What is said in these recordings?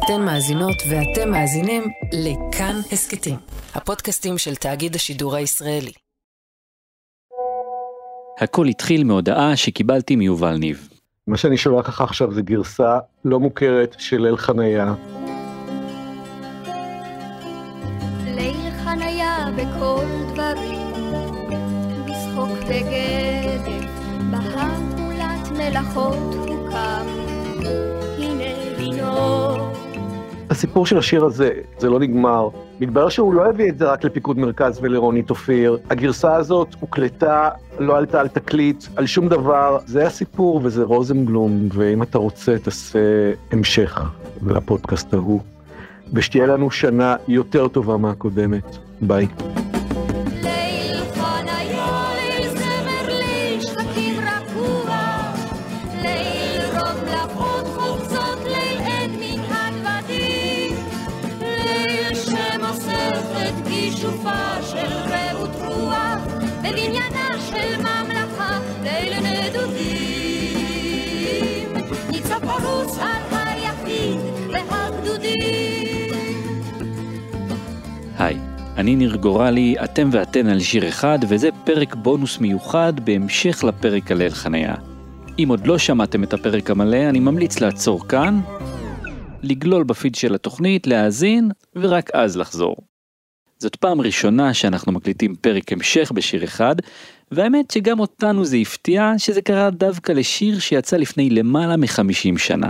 אתן מאזינות ואתם מאזינים לכאן הסקטים, הפודקאסטים של תאגיד השידור הישראלי. הכל התחיל מהודעה שקיבלתי מיובל ניב. מה שאני שולח לך עכשיו זה גרסה לא מוכרת של ליל חניה. ליל חניה בכל דברים, בשחוק וגדף, בהמולת מלאכות הוקם, הנה לינו. הסיפור של השיר הזה, זה לא נגמר. מתברר שהוא לא הביא את זה רק לפיקוד מרכז ולרונית אופיר. הגרסה הזאת הוקלטה, לא עלתה על תקליט, על שום דבר. זה הסיפור וזה רוזנבלום, ואם אתה רוצה תעשה המשך לפודקאסט ההוא. ושתהיה לנו שנה יותר טובה מהקודמת. ביי. שופה של רעות רוח בבניינה של ממלכה ליל נדודים ניצב פרוס על היחיד והגדודים. היי, אני ניר גורלי, אתם ואתן על שיר אחד, וזה פרק בונוס מיוחד בהמשך לפרק על ליל חניה. אם עוד לא שמעתם את הפרק המלא, אני ממליץ לעצור כאן, לגלול בפיד של התוכנית, להאזין ורק אז לחזור. זאת פעם ראשונה שאנחנו מקליטים פרק המשך בשיר אחד, והאמת שגם אותנו זה הפתיע שזה קרה דווקא לשיר שיצא לפני למעלה מ-50 שנה.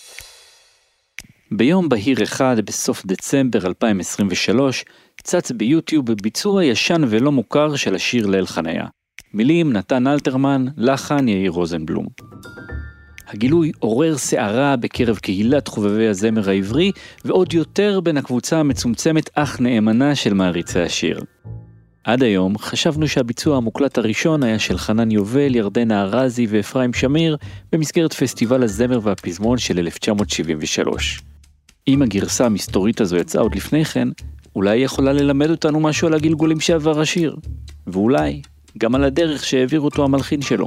ביום בהיר אחד בסוף דצמבר 2023, צץ ביוטיוב בביצוע ישן ולא מוכר של השיר ליל חניה. מילים נתן אלתרמן, לחן יאיר רוזנבלום. הגילוי עורר שערה בקרב קהילת חובבי הזמר העברי, ועוד יותר בין הקבוצה המצומצמת אך נאמנה של מעריצי השיר. עד היום חשבנו שהביצוע המוקלט הראשון היה של חנן יובל, ירדנה ארזי ואפרים שמיר, במסגרת פסטיבל הזמר והפזמון של 1973. אם הגרסה המסתורית הזו יצאה עוד לפני כן, אולי היא יכולה ללמד אותנו משהו על הגלגולים שעבר השיר, ואולי גם על הדרך שהעביר אותו המלחין שלו.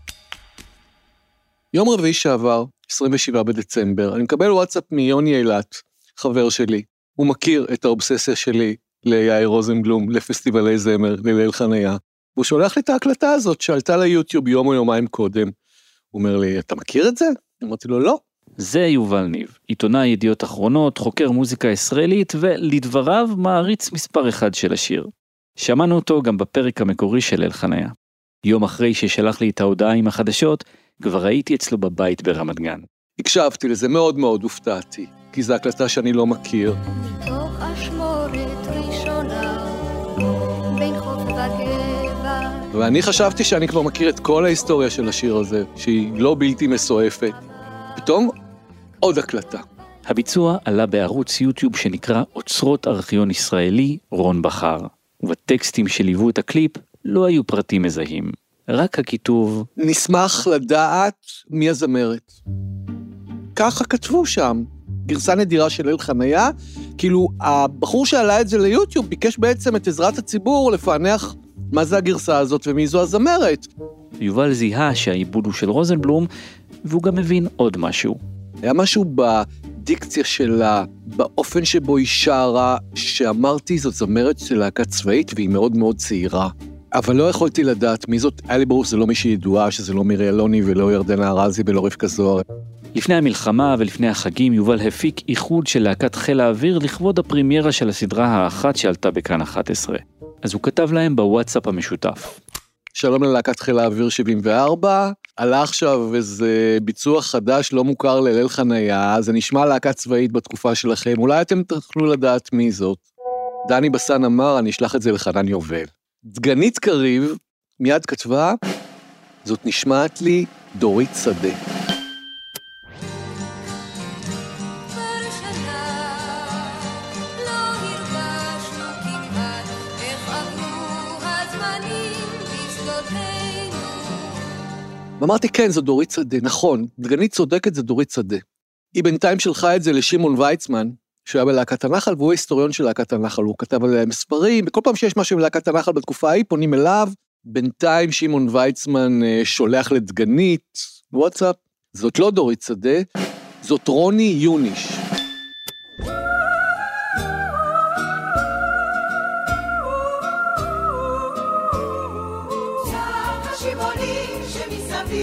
יום רביעי שעבר, 27 בדצמבר, אני מקבל וואטסאפ מיוני אילת, חבר שלי. הוא מכיר את האובססיה שלי ליאיר רוזנבלום, לפסטיבלי זמר, לליל חניה. והוא שולח לי את ההקלטה הזאת שעלתה ליוטיוב יום או יומיים קודם. הוא אומר לי, אתה מכיר את זה? אמרתי לו, לא. זה יובל ניב, עיתונאי ידיעות אחרונות, חוקר מוזיקה ישראלית, ולדבריו מעריץ מספר אחד של השיר. שמענו אותו גם בפרק המקורי של ליל חניה. יום אחרי ששלח לי את ההודעה עם החדשות, כבר הייתי אצלו בבית ברמת גן. הקשבתי לזה, מאוד מאוד הופתעתי, כי זו הקלטה שאני לא מכיר. מתוך אשמורת ראשונה, בין חוף וגבע. ואני חשבתי שאני כבר מכיר את כל ההיסטוריה של השיר הזה, שהיא לא בלתי מסועפת. פתאום עוד הקלטה. הביצוע עלה בערוץ יוטיוב שנקרא אוצרות ארכיון ישראלי רון בחר. ובטקסטים שליוו את הקליפ לא היו פרטים מזהים. רק הכיתוב נשמח לדעת מי הזמרת. ככה כתבו שם, גרסה נדירה של ליל חניה, כאילו הבחור שעלה את זה ליוטיוב ביקש בעצם את עזרת הציבור לפענח מה זה הגרסה הזאת ומי זו הזמרת. יובל זיהה שהעיבוד הוא של רוזנבלום, והוא גם מבין עוד משהו. היה משהו בדיקציה שלה, באופן שבו היא שרה, שאמרתי זאת זמרת של להקה צבאית והיא מאוד מאוד צעירה. אבל לא יכולתי לדעת מי זאת, היה לי ברור שזה לא מי שידועה, שזה לא מירי אלוני ולא ירדנה ארזי ולא רבקה זוהר. לפני המלחמה ולפני החגים יובל הפיק איחוד של להקת חיל האוויר לכבוד הפרימיירה של הסדרה האחת שעלתה בכאן 11. אז הוא כתב להם בוואטסאפ המשותף. שלום ללהקת חיל האוויר 74, עלה עכשיו איזה ביצוע חדש לא מוכר לליל חניה, זה נשמע להקה צבאית בתקופה שלכם, אולי אתם תוכלו לדעת מי זאת. דני בסן אמר, אני אשלח את זה לחנן יובל. דגנית קריב מיד כתבה, זאת נשמעת לי דורית שדה. ואמרתי, כן, זו דורית שדה, נכון, דגנית צודקת, זה דורית שדה. היא בינתיים שלחה את זה לשמעון ויצמן, שהיה בלהקת הנחל, והוא היסטוריון של להקת הנחל, הוא כתב עליה מספרים, וכל פעם שיש משהו בלהקת הנחל בתקופה ההיא, פונים אליו, בינתיים שמעון ויצמן שולח לדגנית, וואטסאפ, זאת לא דורית שדה, זאת רוני יוניש.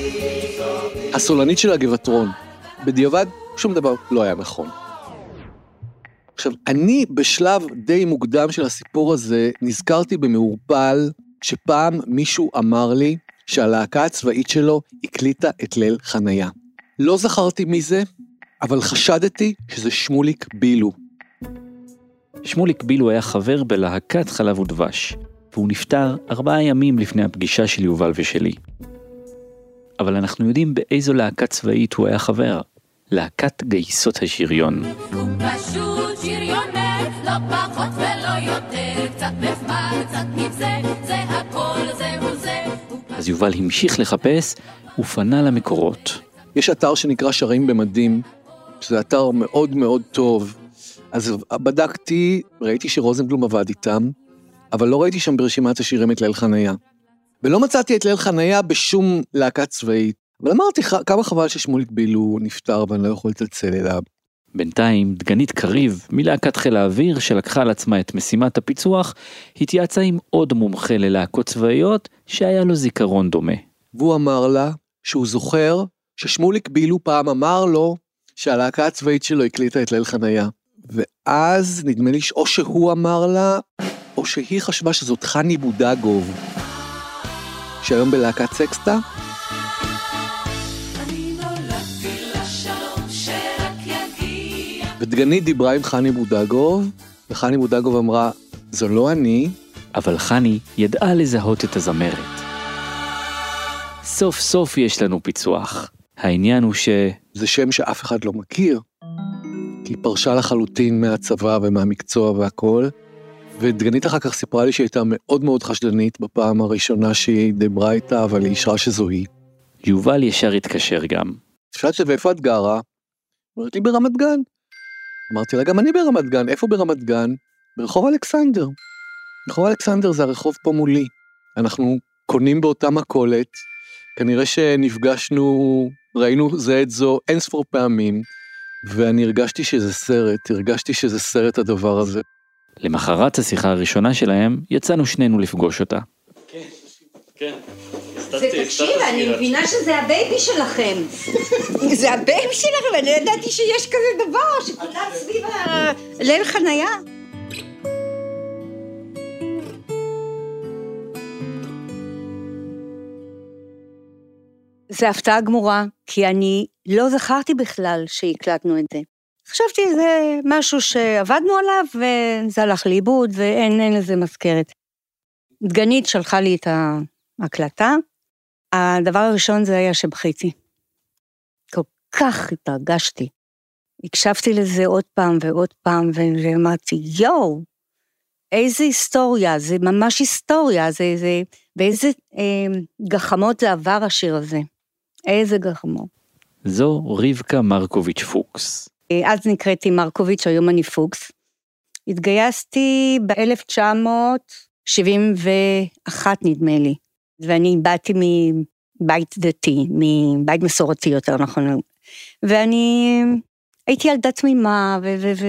הסולנית של הגבעתרון, בדיעבד שום דבר לא היה נכון. עכשיו, אני בשלב די מוקדם של הסיפור הזה, נזכרתי במעורפל, שפעם מישהו אמר לי, שהלהקה הצבאית שלו הקליטה את ליל חניה. לא זכרתי מי זה, אבל חשדתי שזה שמוליק בילו. שמוליק בילו היה חבר בלהקת חלב ודבש, והוא נפטר 4 ימים לפני הפגישה של יובל ושלי. אבל אנחנו יודעים באיזו להקה צבאית הוא היה חבר. להקת גייסות השריון. הוא פשוט שריונר, לא פחות ולא יותר, קצת נחמד, קצת נבזה, זה הכל, זהו זה. אז יובל המשיך לחפש ופנה למקורות. יש אתר שנקרא שרים במדים, שזה אתר מאוד מאוד טוב. אז בדקתי, ראיתי שרוזנבלום עבד איתם, אבל לא ראיתי שם ברשימת השירים את ליל חניה. ולא מצאתי את ליל חניה בשום להקה צבאית. אבל אמרתי, כמה חבל ששמוליק בילו נפטר ואני לא יכול לצלצל אליו. בינתיים, דגנית קריב, מלהקת חיל האוויר שלקחה על עצמה את משימת הפיצוח, התייעצה עם עוד מומחה ללהקות צבאיות שהיה לו זיכרון דומה. והוא אמר לה שהוא זוכר ששמוליק בילו פעם אמר לו שהלהקה הצבאית שלו הקליטה את ליל חניה. ואז נדמה לי או שהוא אמר לה, או שהיא חשבה שזאת חני בודגוב, שהיום בלהקת סקסטה. ודגנית דיברה עם חני בודגוב, וחני בודגוב אמרה, זו לא אני. אבל חני ידעה לזהות את הזמרת. סוף סוף יש לנו פיצוח. העניין הוא זה שם שאף אחד לא מכיר, כי היא פרשה לחלוטין מהצבא ומהמקצוע והכל, ודגנית אחר כך סיפרה לי שהיא הייתה מאוד מאוד חשדנית בפעם הראשונה שהיא דיברה איתה, אבל היא אישרה שזו היא. יובל ישר התקשר גם. שאלת ואיפה את גרה? אמרת לי ברמת גן. אמרתי לה, גם אני ברמת גן. איפה ברמת גן? ברחוב אלכסנדר. רחוב אלכסנדר זה הרחוב פה מולי. אנחנו קונים באותה מכולת, כנראה שנפגשנו, ראינו זה את זו אין ספור פעמים, ואני הרגשתי שזה סרט הדבר הזה. למחרת השיחה הראשונה שלהם, יצאנו שנינו לפגוש אותה. כן. תקשיב, אני מבינה שזה הבייבי שלכם. זה הבייבי שלכם, אני ידעתי שיש כזה דבר, שכולם סביב ליל חניה. זה הפתעה גמורה, כי אני לא זכרתי בכלל שהקלטנו את זה. חשבתי זה משהו שעבדנו עליו, וזה הלך לאיבוד, ואין לזה מזכרת. דגנית שלחה לי את ההקלטה, הדבר הראשון זה היה שבכיתי. כל כך התרגשתי. הקשבתי לזה עוד פעם ועוד פעם, ואמרתי, יואו, איזה היסטוריה, זה ממש היסטוריה, זה באיזה גחמות זה עבר השיר הזה. איזה גחמות. זו רבקה מרקוביץ' פוקס. אז נקראתי מרקוביץ', היום אני פוקס. התגייסתי ב-1971 נדמה לי, ואני באתי מבית דתי, מבית מסורתי יותר נכון, ואני הייתי ילדה תמימה,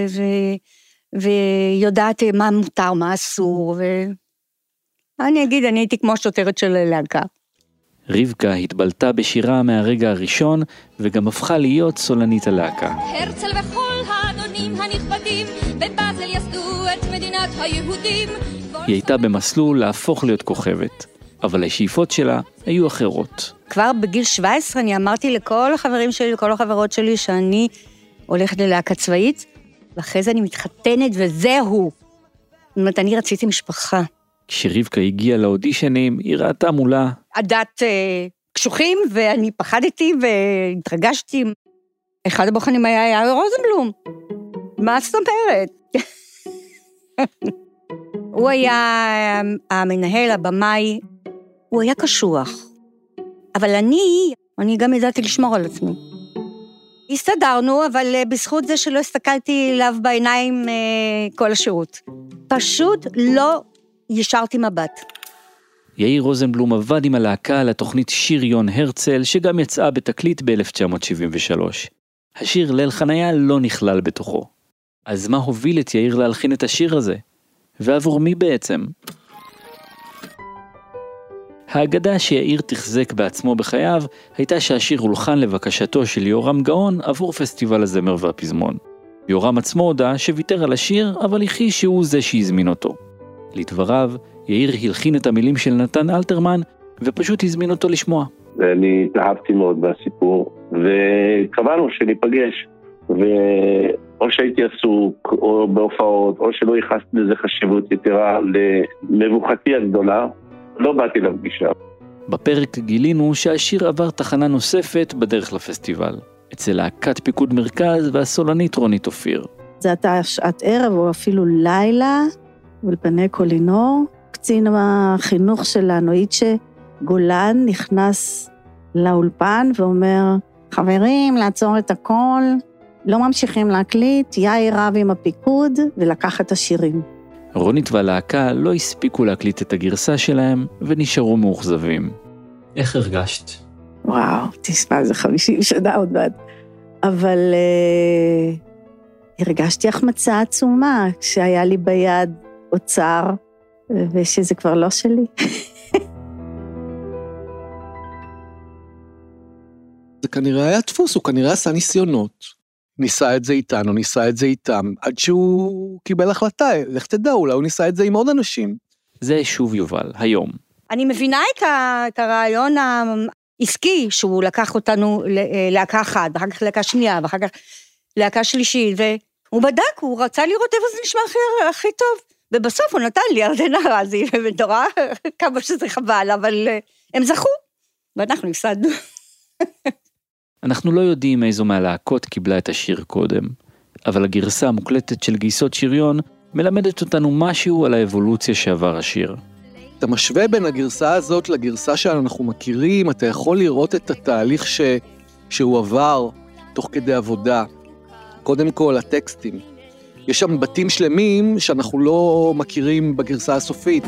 ויודעת מה מותר, מה אסור, ואני אגיד, אני הייתי כמו שוטרת של להקה. רבקה התבלטה בשירה מהרגע הראשון, וגם הפכה להיות סולנית הלהקה. הרצל וכל האדונים הנכבדים, בבאזל יסדו את מדינת היהודים. היא הייתה במסלול להפוך להיות כוכבת, אבל השאיפות שלה היו אחרות. כבר בגיל 17 אני אמרתי לכל החברים שלי, לכל החברות שלי, שאני הולכת ללהקה צבאית, ואחרי זה אני מתחתנת וזהו. זאת אומרת, אני רציתי משפחה. כשרבקה הגיעה לאודישנים, היא ראתה מולה עדת קשוחים, ואני פחדתי והתרגשתי. אחד הבוחנים היה רוזנבלום. מה זאת אומרת? הוא היה המנהל, הבמאי, הוא היה קשוח. אבל אני גם ידעתי לשמור על עצמי. הסתדרנו, אבל בזכות זה שלא הסתכלתי אליו בעיניים כל השירות. פשוט לא ישרתי מבט. יאיר רוזנבלום עבד עם הלהקה על התוכנית שריון הרצל, שגם יצאה בתקליט ב-1973. השיר ליל חניה לא נכלל בתוכו. אז מה הוביל את יאיר להלחין את השיר הזה? ועבור מי בעצם? האגדה שיאיר תחזק בעצמו בחייו הייתה שהשיר הולחן לבקשתו של יורם גאון עבור פסטיבל הזמר והפזמון. יורם עצמו הודע שוויתר על השיר, אבל הכחיש שהוא זה שהזמין אותו. לדבריו, יאיר הלחין את המילים של נתן אלתרמן ופשוט הזמין אותו לשמוע. ואני התאהבתי מאוד בסיפור, וקבענו שניפגש, או שהייתי עסוק, או בהופעות, או שלא ייחסתי לזה חשיבות יתרה למבוכתי הגדולה, לא באתי לפגישה. בפרק גילינו שהשיר עבר תחנה נוספת בדרך לפסטיבל, אצל להקת פיקוד מרכז והסולנית רונית אופיר. זה הייתה שעת ערב או אפילו לילה, ולפני קולינור, קצין החינוך שלנו, איצ'ה גולן, נכנס לאולפן ואומר, חברים, לעצור את הכל, לא ממשיכים להקליט, יאיר רב עם הפיקוד ולקח את השירים. רונית והלהקה לא הספיקו להקליט את הגרסה שלהם ונשארו מאוכזבים. איך הרגשת? וואו, תשמע, זה 50 שנה עוד מעט. אבל הרגשתי החמצה עצומה כשהיה לי ביד אוצר, ושזה כבר לא שלי. זה כנראה היה דפוס, הוא כנראה עשה ניסיונות. ניסה את זה איתנו, ניסה את זה איתם, עד שהוא קיבל החלטה, לך תדע, אולי הוא ניסה את זה עם עוד אנשים. זה שוב יובל, היום. אני מבינה את הרעיון העסקי, שהוא לקח אותנו להקה אחת, ואחר כך להקה שנייה, ואחר כך להקה שלישית, והוא בדק, הוא רצה לראות איפה זה נשמע הכי טוב, ובסוף הוא נתן לי ירדנה ארזי, ונורא כמה שזה חבל, אבל הם זכו, ואנחנו הפסדנו. אנחנו לא יודעים איזו מהלהקות קיבלה את השיר קודם, אבל הגרסה המוקלטת של גיסות שריון מלמדת אותנו משהו על האבולוציה שעבר השיר. אתה משווה בין הגרסה הזאת לגרסה שאנחנו מכירים, אתה יכול לראות את התהליך שהוא עבר תוך כדי עבודה. קודם כל, הטקסטים. יש שם בתים שלמים שאנחנו לא מכירים בגרסה הסופית.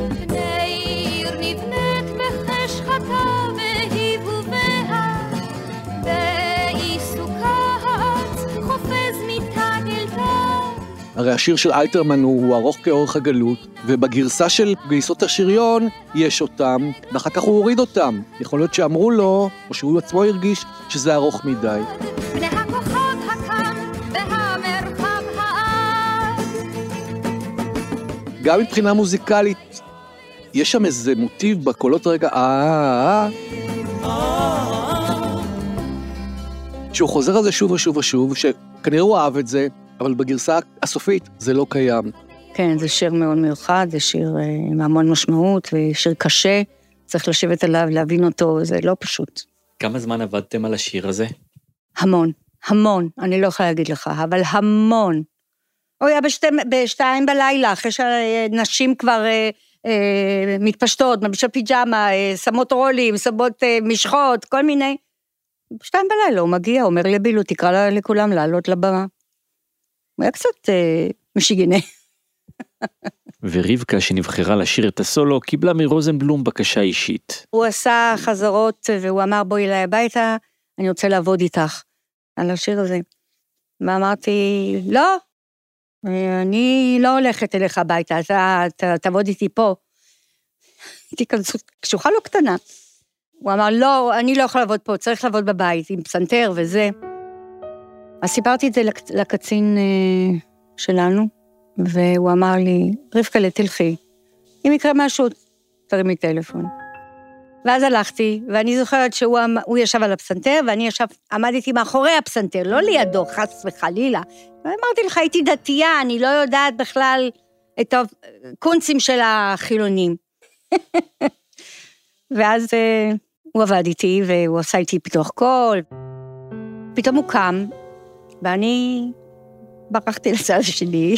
הרי השיר של אלתרמן הוא ארוך כאורך הגלות, ובגרסה של גיסות השריון יש אותם, ואחר כך הוא הוריד אותם. יכול להיות שאמרו לו, או שהוא עצמו הרגיש, שזה ארוך מדי. גם מבחינה מוזיקלית, יש שם איזה מוטיב בקולות רגע, שהוא חוזר על זה שוב ושוב ושוב, שכנראה הוא אהב את זה, אבל בגרסה הסופית זה לא קיים. כן, זה שיר מאוד מיוחד, זה שיר עם המון משמעות, ושיר קשה, צריך לשבת עליו, להבין אותו, זה לא פשוט. כמה זמן עבדתם על השיר הזה? המון, המון, אני לא יכולה להגיד לך, אבל המון. הוא היה בשתיים בלילה, אחרי שנשים כבר מתפשטות, מבשל פיג'מה, שמות רולים, שמות משחות, כל מיני. 2 בלילה הוא מגיע, אומר לבילו, תקרא לכולם לעלות לבמה. הוא היה קצת משיגני. ורבקה שנבחרה לשיר את הסולו, קיבלה מרוזנבלום בקשה אישית. הוא עשה חזרות, והוא אמר בואי אליי הביתה, אני רוצה לעבוד איתך על השיר הזה. ואמרתי, לא, אני לא הולכת אליך הביתה, אתה תעבוד איתי פה. הייתי כזאת קשוחה לא קטנה. הוא אמר, לא, אני לא יכול לעבוד פה, צריך לעבוד בבית, עם פסנתר וזה. אז סיפרתי את זה לקצין שלנו, והוא אמר לי, רבקה, תלכי, אם יקרה משהו, תרימי טלפון. ואז הלכתי, ואני זוכרת שהוא ישב על הפסנתר, ואני עמדתי מאחורי הפסנתר, לא לידו, חס וחלילה. ואמרתי לך, הייתי דתייה, אני לא יודעת בכלל את הקונצים של החילונים. ואז הוא עבד איתי, והוא עשה איתי פיתוח קול. פתאום הוא קם, ואני ברחתי לצד שלי.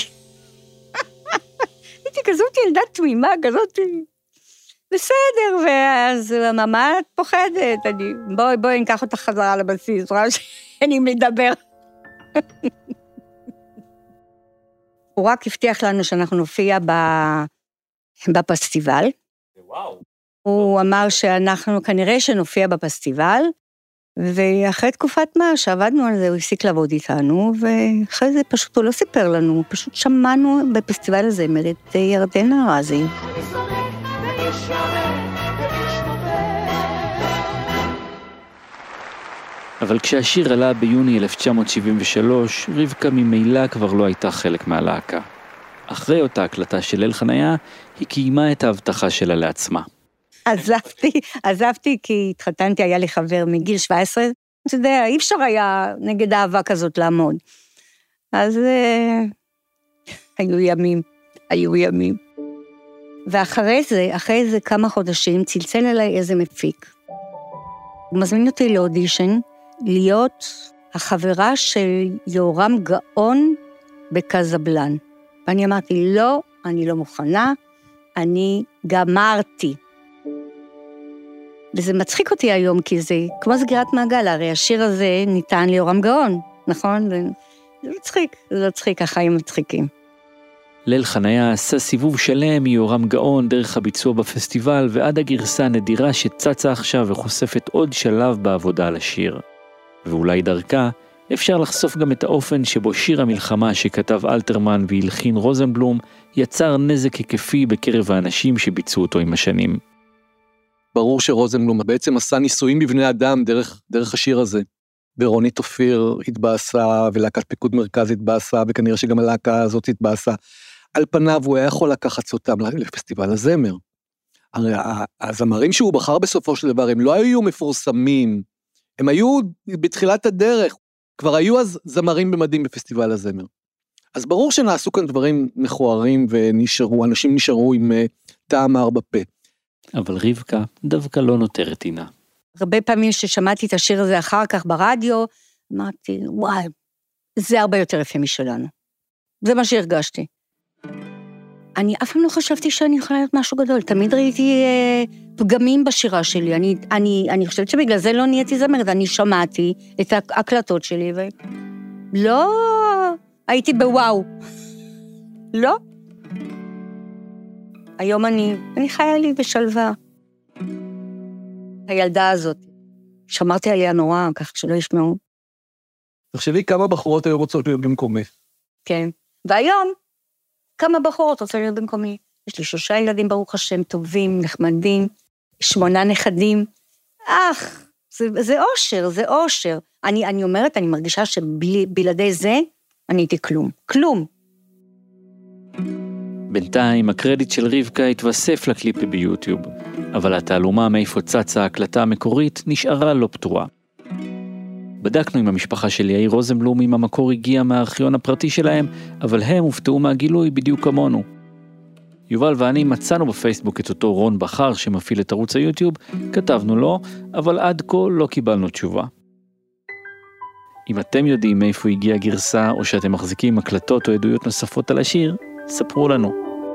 הייתי כזאת ילדה תמימה, כזאת... בסדר, ואז מה את פוחדת? בואי ניקח אותך חזרה לבסיס, רואה שאני מדבר. הוא רק הבטיח לנו שאנחנו נופיע בפסטיבל. וואו. הוא אמר שאנחנו כנראה שנופיע בפסטיבל, ואחרי תקופת מה שעבדנו על זה, הוא הפסיק לעבוד איתנו, ואחרי זה פשוט הוא לא סיפר לנו, פשוט שמענו בפסטיבל הזמר את ירדנה ארזי. אבל כשהשיר עלה ביוני 1973, רבקה ממילא כבר לא הייתה חלק מהלהקה. אחרי אותה הקלטה של ליל חניה, היא קיימה את ההבטחה שלה לעצמה. עזבתי כי התחתנתי, היה לי חבר מגיל 17, אתה יודע, אי אפשר היה נגד האהבה כזאת לעמוד. אז היו ימים. ואחרי זה כמה חודשים, צלצל אליי איזה מפיק. הוא מזמין אותי לאודישן, להיות החברה של יורם גאון בקזבלן. ואני אמרתי, לא, אני לא מוכנה, אני גמרתי. וזה מצחיק אותי היום, כי זה כמו סגירת מעגל, הרי השיר הזה ניתן ליורם גאון, נכון? זה מצחיק, החיים מצחיקים. ליל חניה עשה סיבוב שלם מיורם גאון דרך הביצוע בפסטיבל ועד הגרסה הנדירה שצצה עכשיו וחושפת עוד שלב בעבודה על השיר. ואולי דרכה אפשר לחשוף גם את האופן שבו שיר המלחמה שכתב אלתרמן והלחין רוזנבלום יצר נזק היקפי בקרב האנשים שביצעו אותו עם השנים. ברור שרוזנבלום בעצם עשה ניסויים בבני אדם דרך השיר הזה. ורונית אופיר התבאסה ולהקת פיקוד מרכז התבאסה וכנראה שגם הלהקה הזאת התבאסה. על פניו הוא היה יכול לקחת אותם לפסטיבל הזמר. הרי הזמרים שהוא בחר בסופו של דבר הם לא היו מפורסמים, הם היו בתחילת הדרך, כבר היו אז זמרים במדים בפסטיבל הזמר. אז ברור שנעשו כאן דברים מכוערים ונשארו, אנשים נשארו עם טעם מר בפה. אבל רבקה דווקא לא נותרת עינה. הרבה פעמים ששמעתי את השיר הזה אחר כך ברדיו, אמרתי, וואי, זה הרבה יותר יפה משלנו. זה מה שהרגשתי. אני אף פעם לא חשבתי שאני יכולה להיות משהו גדול, תמיד ראיתי פגמים בשירה שלי, אני חושבת שבגלל זה לא נהייתי זמרת, אני שמעתי את ההקלטות שלי, ולא הייתי בוואו. לא. היום אני חיה לי בשלווה. הילדה הזאת, שמרתי עליה נורא, כך שלא ישמעו. תחשבי כמה בחורות היו רוצות להיות במקומי. כן, והיום, כמה בחורות רוצות להיות במקומי. יש לי 3 ילדים, ברוך השם, טובים, נחמדים, 8 נכדים. זה אושר, זה אושר. אני אומרת, אני מרגישה שבלעדי זה, אני הייתי כלום. כלום. בינתיים הקרדיט של רבקה התווסף לקליפ ביוטיוב, אבל התעלומה מאיפה צצה ההקלטה המקורית נשארה לא פתורה. בדקנו עם המשפחה של יאיר רוזנבלום אם המקור הגיע מהארכיון הפרטי שלהם, אבל הם הופתעו מהגילוי בדיוק כמונו. יובל ואני מצאנו בפייסבוק את אותו רון בחר שמפעיל את ערוץ היוטיוב, כתבנו לו, אבל עד כה לא קיבלנו תשובה. אם אתם יודעים מאיפה הגיעה גרסה או שאתם מחזיקים הקלטות או עדויות נוספות על השיר, ספרו לנו.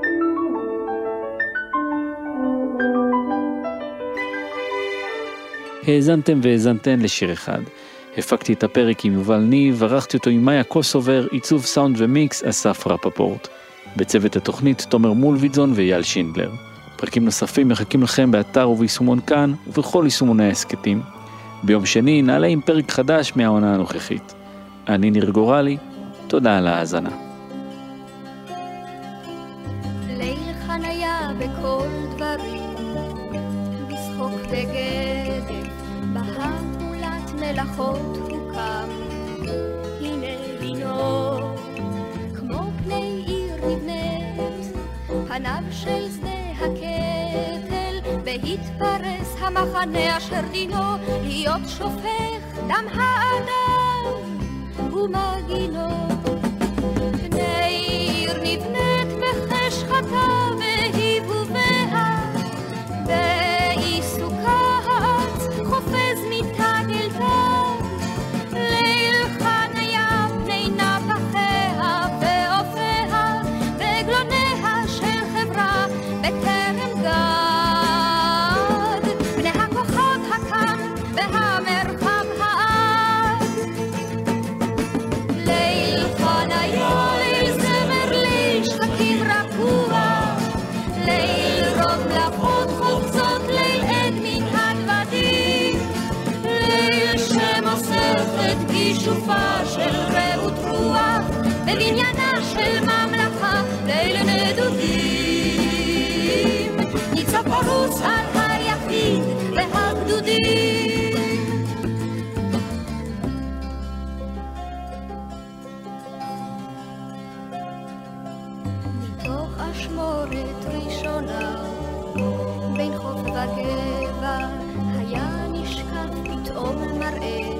האזנתם והאזנתן לשיר אחד. הפקתי את הפרק עם יובל ניב, ערכתי אותו עם מאיה קוסובר, עיצוב סאונד ומיקס אסף רפפורט. בצוות התוכנית תומר מולביטזון ואייל שינדלר. פרקים נוספים מחכים לכם באתר וביישומון כאן ובכל יישומוני העסקתים. ביום שני נעלה עם פרק חדש מהעונה הנוכחית. אני ניר גורלי, תודה על ההאזנה. ליל חניה בכל דברים, בשחוק וגדף, בהמולת מלאכות הוקם. הנה לינו, כמו פני עיר נבנית, פניו של שדה הקטל, והתפרס המחנה אשר דינו, להיות שופך דם האדם ומגינו. פני עיר נבנית בחשכתה והיבוביה, בעיסוקה העץ חופז מתג אל תג. ליל חניה פני נפחיה ואופיה, בגלוניה של חברה בטרם גד. בני הכוחות הקם והמרחב העד. ליל חניה, ליל זמר, ליל שחקים רגוע, ליל רומלחות חופצות, ליל עד מן הדבדים, ליל שמוספת גישופה של רעות רוח, בבניינה של ממלכה, ליל נדודים. ניצב פרוץ על היחיד משמורת ראשונה בין חוף וגבע היה נשקף פתאום מראה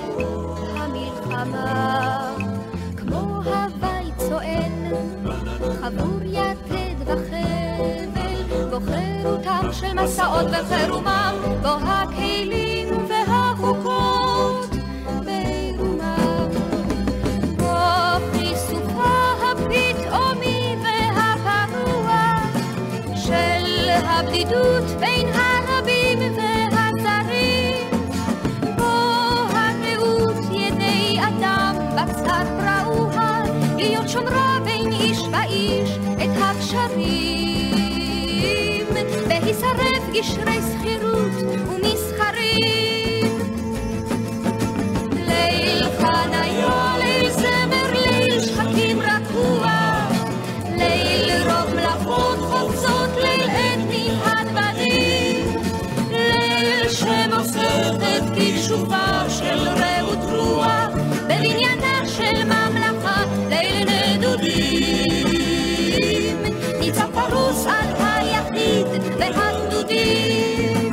המלחמה כמו הווי צוען חבור יתד וחבל בוחרותם של מסעות וחירומם בו הכלים והחוקות ברומם בו חיסופה הפתאומי והפרוע של הבדידות בין הרבים והזרים בו הרעות ידי אדם בקצר פרעוה להיות שומרה בין איש ואיש את הקשרים והישרף גשרי סחירות ומסחרים ליל חניה, ליל זמר, ליל שחקים רגוע ליל רוב מלאכות חופצות, ליל עת נלהד בדים ליל שמוסף את כישופה של רעות רוח בבניינה של ממלכה ליל נדודים ניצב פרוס על היחיד והגדודים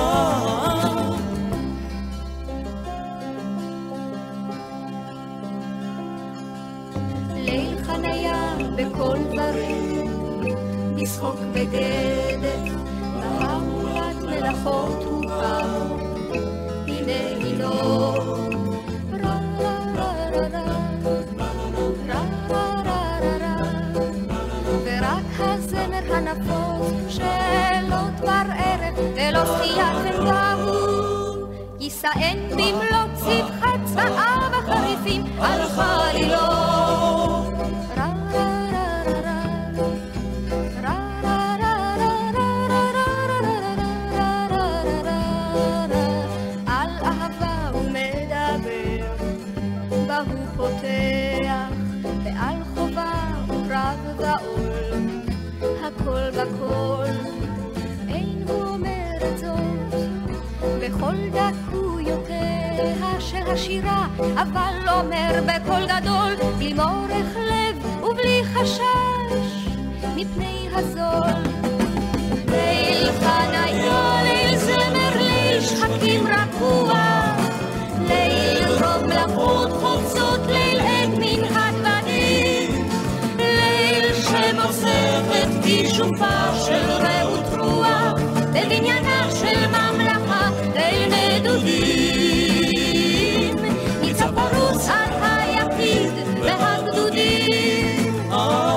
ליל חניה בכל דברים נשחוק בגדת בהמולת מלאכות רוחם הנה הינו ורק הזמר הנפוץ שלא דבר ערב ולא סייג ונגהו יישאן במלוא צבחת צבעיו החריפים על חלילו על אהבה הוא מדבר בה הוא פותח ועל חובה הוא קרב ועול הכל בכל אין הוא אומר את זאת בכל דקויותיה של השירה אבל אומר בקול גדול בלי מורך לב ובלי חשש מפני הזול ליל חניה, ליל זמר, ליל שחקים רגוע ליל רוב מלאכות חופצות, ליל עת מנהג בדים ליל שמוסף את כישופה של רעות רוח בבניינה של ממלכה ליל נדודים ניצב פרוס על היחיד והגדודים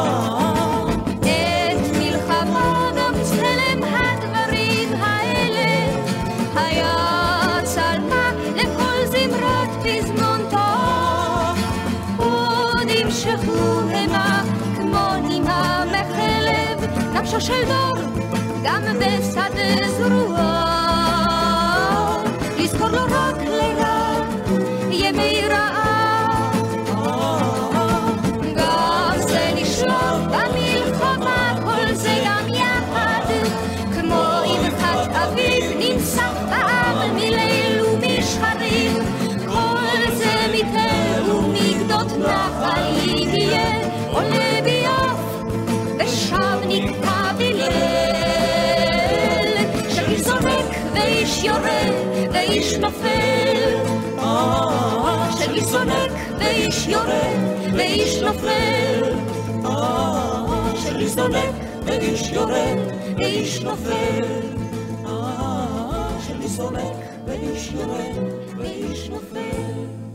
את מלחמה גם צלם הדברים האלה היה צלמה לכל זמרת פזמון טוב עוד המשכו המה כמו נימה מחלב נפשו של דור גם בשדה זרוע לזכור לו רק לרע ימי רעה גם זה נשלוף במלחמה כל זה גם יחד כמו אבחת אביב נמסך בעם מליל ומשחרים כל זה מתל ומגדות נחל יהיה עולה ביוף ושם נקטע בליל שאיש זורק ואיש יורה ואיש נופל שאיש זורק ואיש יורה ואיש נופל שאיש זורק ואיש יורה ואיש נופל שאיש זורק ואיש יורה ואיש נופל